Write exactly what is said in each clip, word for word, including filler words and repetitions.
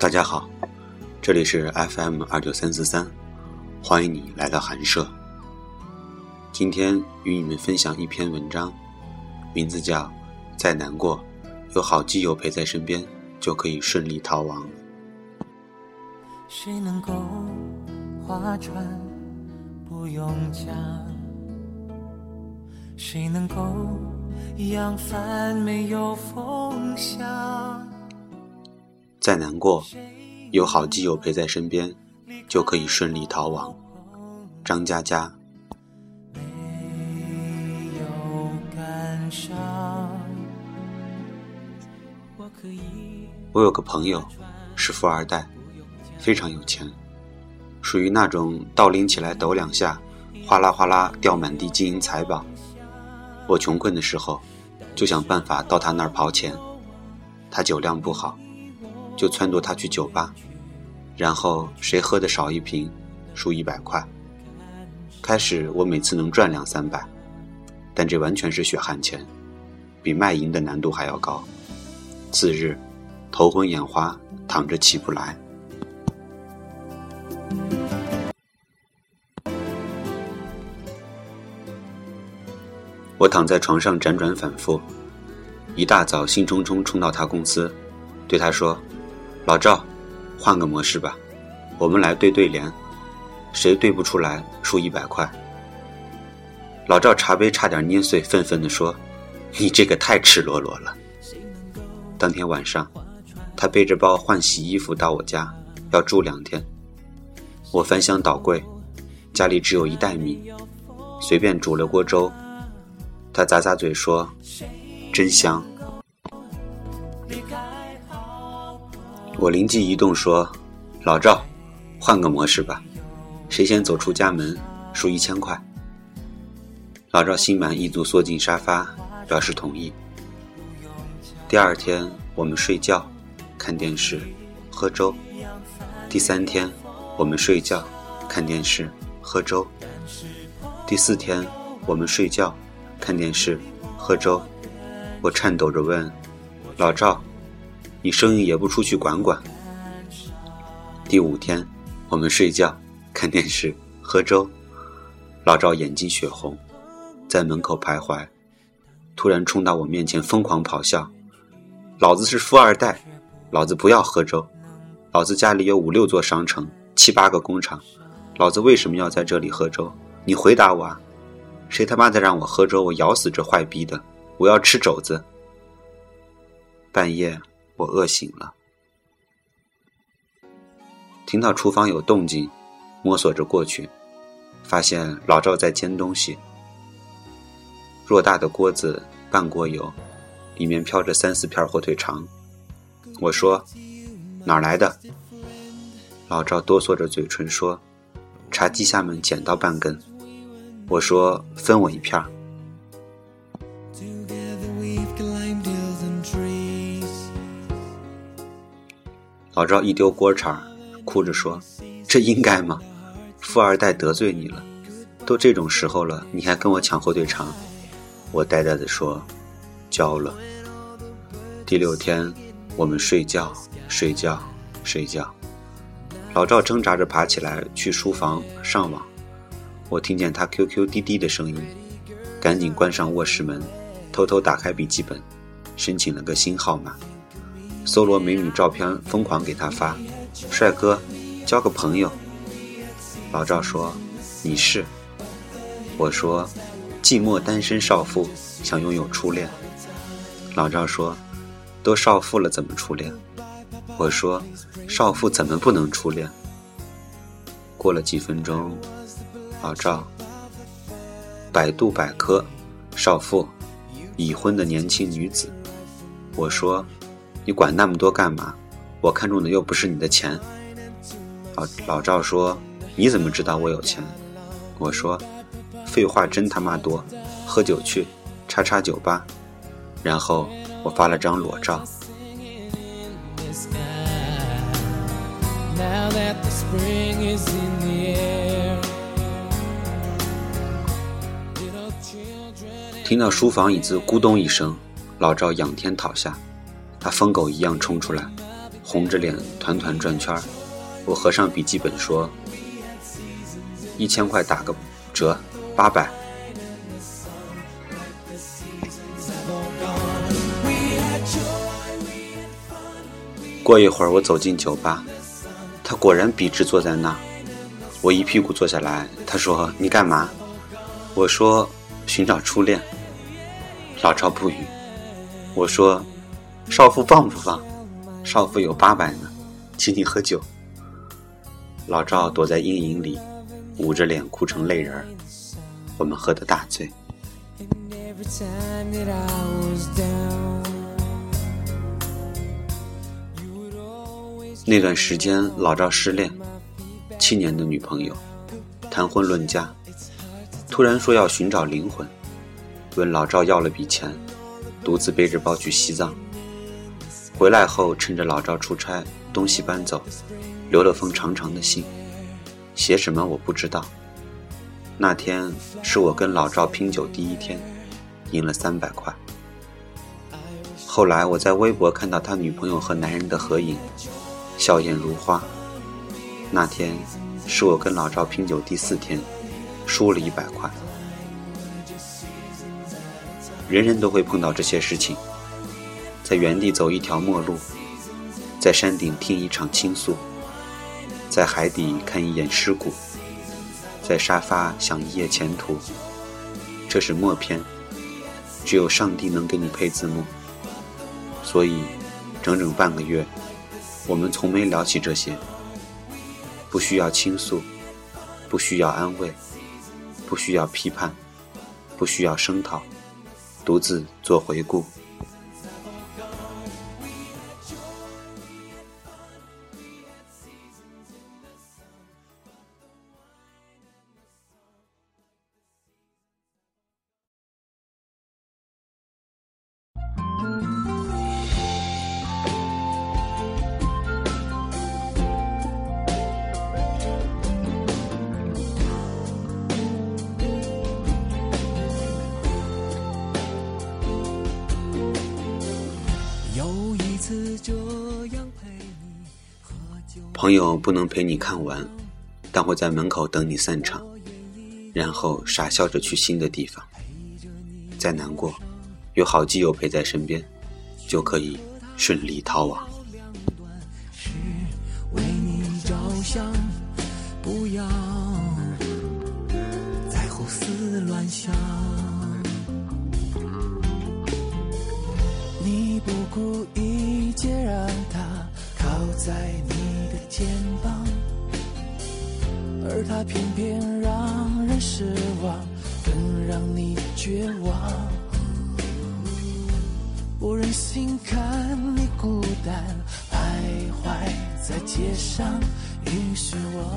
大家好，这里是 F M 二九三四三，欢迎你来到寒舍。今天与你们分享一篇文章，名字叫《再难过，有好基友陪在身边，就可以顺利逃亡》。 谁能够划船不用桨？谁能够扬帆没有风向？ 再难过，有好基友陪在身边，就可以顺利逃亡。张嘉佳。 没有感伤，我可以。 我有个朋友是富二代，非常有钱，属于那种倒拎起来抖两下，哗啦哗啦掉满地金银财宝。我穷困的时候，就想办法到他那儿刨钱。他酒量不好，就撺掇他去酒吧，然后谁喝的少一瓶，输一百块。开始我每次能赚两三百，但这完全是血汗钱，比卖淫的难度还要高。次日，头昏眼花，躺着起不来。我躺在床上辗转反复，一大早兴冲冲冲到他公司，对他说：老赵，换个模式吧，我们来对对联，谁对不出来输一百块。老赵茶杯差点捏碎，愤愤地说：你这个太赤裸裸了。当天晚上，他背着包换洗衣服到我家，要住两天。我翻箱倒柜，家里只有一袋米，随便煮了锅粥。他咂咂嘴说：真香。我灵机一动说：老赵，换个模式吧，谁先走出家门输一千块。老赵心满意足缩进沙发，表示同意。第二天我们睡觉看电视喝粥，第三天我们睡觉看电视喝粥，第四天我们睡觉看电视喝粥。我颤抖着问：老赵，你生意也不出去管管？第五天我们睡觉看电视喝粥。老赵眼睛血红，在门口徘徊，突然冲到我面前疯狂咆哮：老子是富二代，老子不要喝粥，老子家里有五六座商城，七八个工厂，老子为什么要在这里喝粥？你回答我啊！谁他妈再让我喝粥，我咬死这坏逼的，我要吃肘子。半夜我饿醒了，听到厨房有动静，摸索着过去，发现老赵在煎东西。偌大的锅子半锅油，里面飘着三四片火腿肠。我说：哪儿来的？老赵哆嗦着嘴唇说：茶几下面捡到半根。我说：分我一片。老赵一丢锅铲，哭着说：这应该吗？富二代得罪你了，都这种时候了，你还跟我抢火腿肠？我呆呆地说：交了。第六天我们睡觉睡觉睡觉，老赵挣扎着爬起来去书房上网。我听见他 Q Q 滴滴的声音，赶紧关上卧室门，偷偷打开笔记本，申请了个新号码，搜罗美女照片疯狂给他发：帅哥，交个朋友。老赵说：你是？我说：寂寞单身少妇，想拥有初恋。老赵说：都少妇了怎么初恋？我说：少妇怎么不能初恋？过了几分钟，老赵：百度百科，少妇，已婚的年轻女子。我说：你管那么多干嘛？我看中的又不是你的钱。老老赵说：你怎么知道我有钱？我说：废话真他妈多，喝酒去，叉叉酒吧。然后我发了张裸照。听到书房椅子咕咚一声，老赵仰天倒下，他疯狗一样冲出来， 红着脸团团转圈。我合上笔记本说，一千块打个折，八百。过一会儿我走进酒吧，他果然笔直坐在那儿。我一屁股坐下来，他说你干嘛？我说寻找初恋。老赵不语。我说少妇放不放？少妇有八百呢，请你喝酒。老赵躲在阴影里，捂着脸哭成泪人。我们喝得大醉。那段时间老赵失恋，七年的女朋友，谈婚论嫁，突然说要寻找灵魂，问老赵要了笔钱，独自背着包去西藏。回来后趁着老赵出差东西搬走，留了封长长的信，写什么我不知道。那天是我跟老赵拼酒第一天，赢了三百块。后来我在微博看到他女朋友和男人的合影，笑靥如花。那天是我跟老赵拼酒第四天，输了一百块。人人都会碰到这些事情，在原地走一条陌路，在山顶听一场倾诉，在海底看一眼尸骨，在沙发想一夜前途。这是默片，只有上帝能给你配字幕。所以整整半个月我们从没聊起这些。不需要倾诉，不需要安慰，不需要批判，不需要声讨，独自做回顾。朋友不能陪你看完，但会在门口等你散场，然后傻笑着去新的地方。再难过，有好基友陪在身边，就可以顺利逃亡。 是为你着想，不要再胡思乱想。你不顾一切让他靠在你的肩膀，而他偏偏让人失望，更让你绝望。不忍心看你孤单徘徊在街上，于是我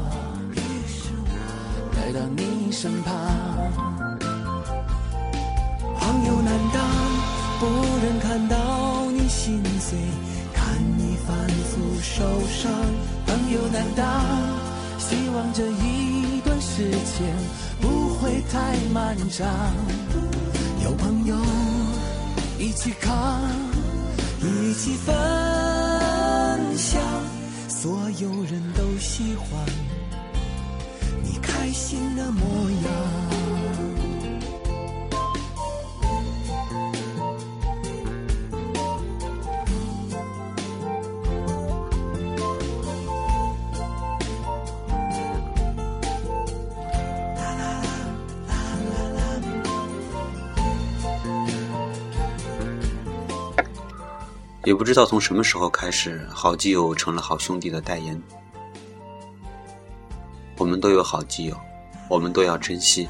来到你身旁。朋友难当，不忍看到你心碎，看你反复受伤。朋友难当，希望这一段时间不会太漫长。有朋友一起扛，一起分享，所有人都喜欢你开心的模样。 也不知道从什么时候开始，好基友成了好兄弟的代言。我们都有好基友，我们都要珍惜。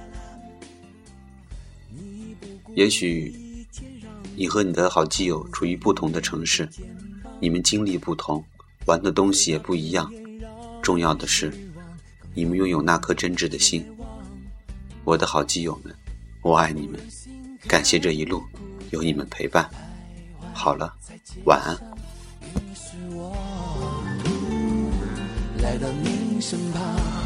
也许你和你的好基友处于不同的城市，你们经历不同，玩的东西也不一样，重要的是你们拥有那颗真挚的心。我的好基友们，我爱你们，感谢这一路有你们陪伴。好了，晚安。 于是我来到你身旁。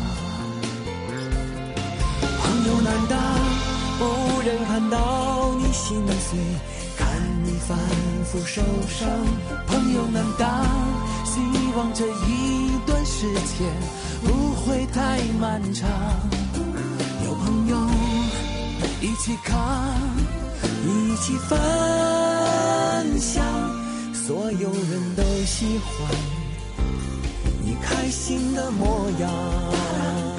朋友难当，不忍看到你心碎，看你反复受伤。朋友难当，希望这一段时间不会太漫长。有朋友一起扛，一起分享，所有人都喜欢你开心的模样。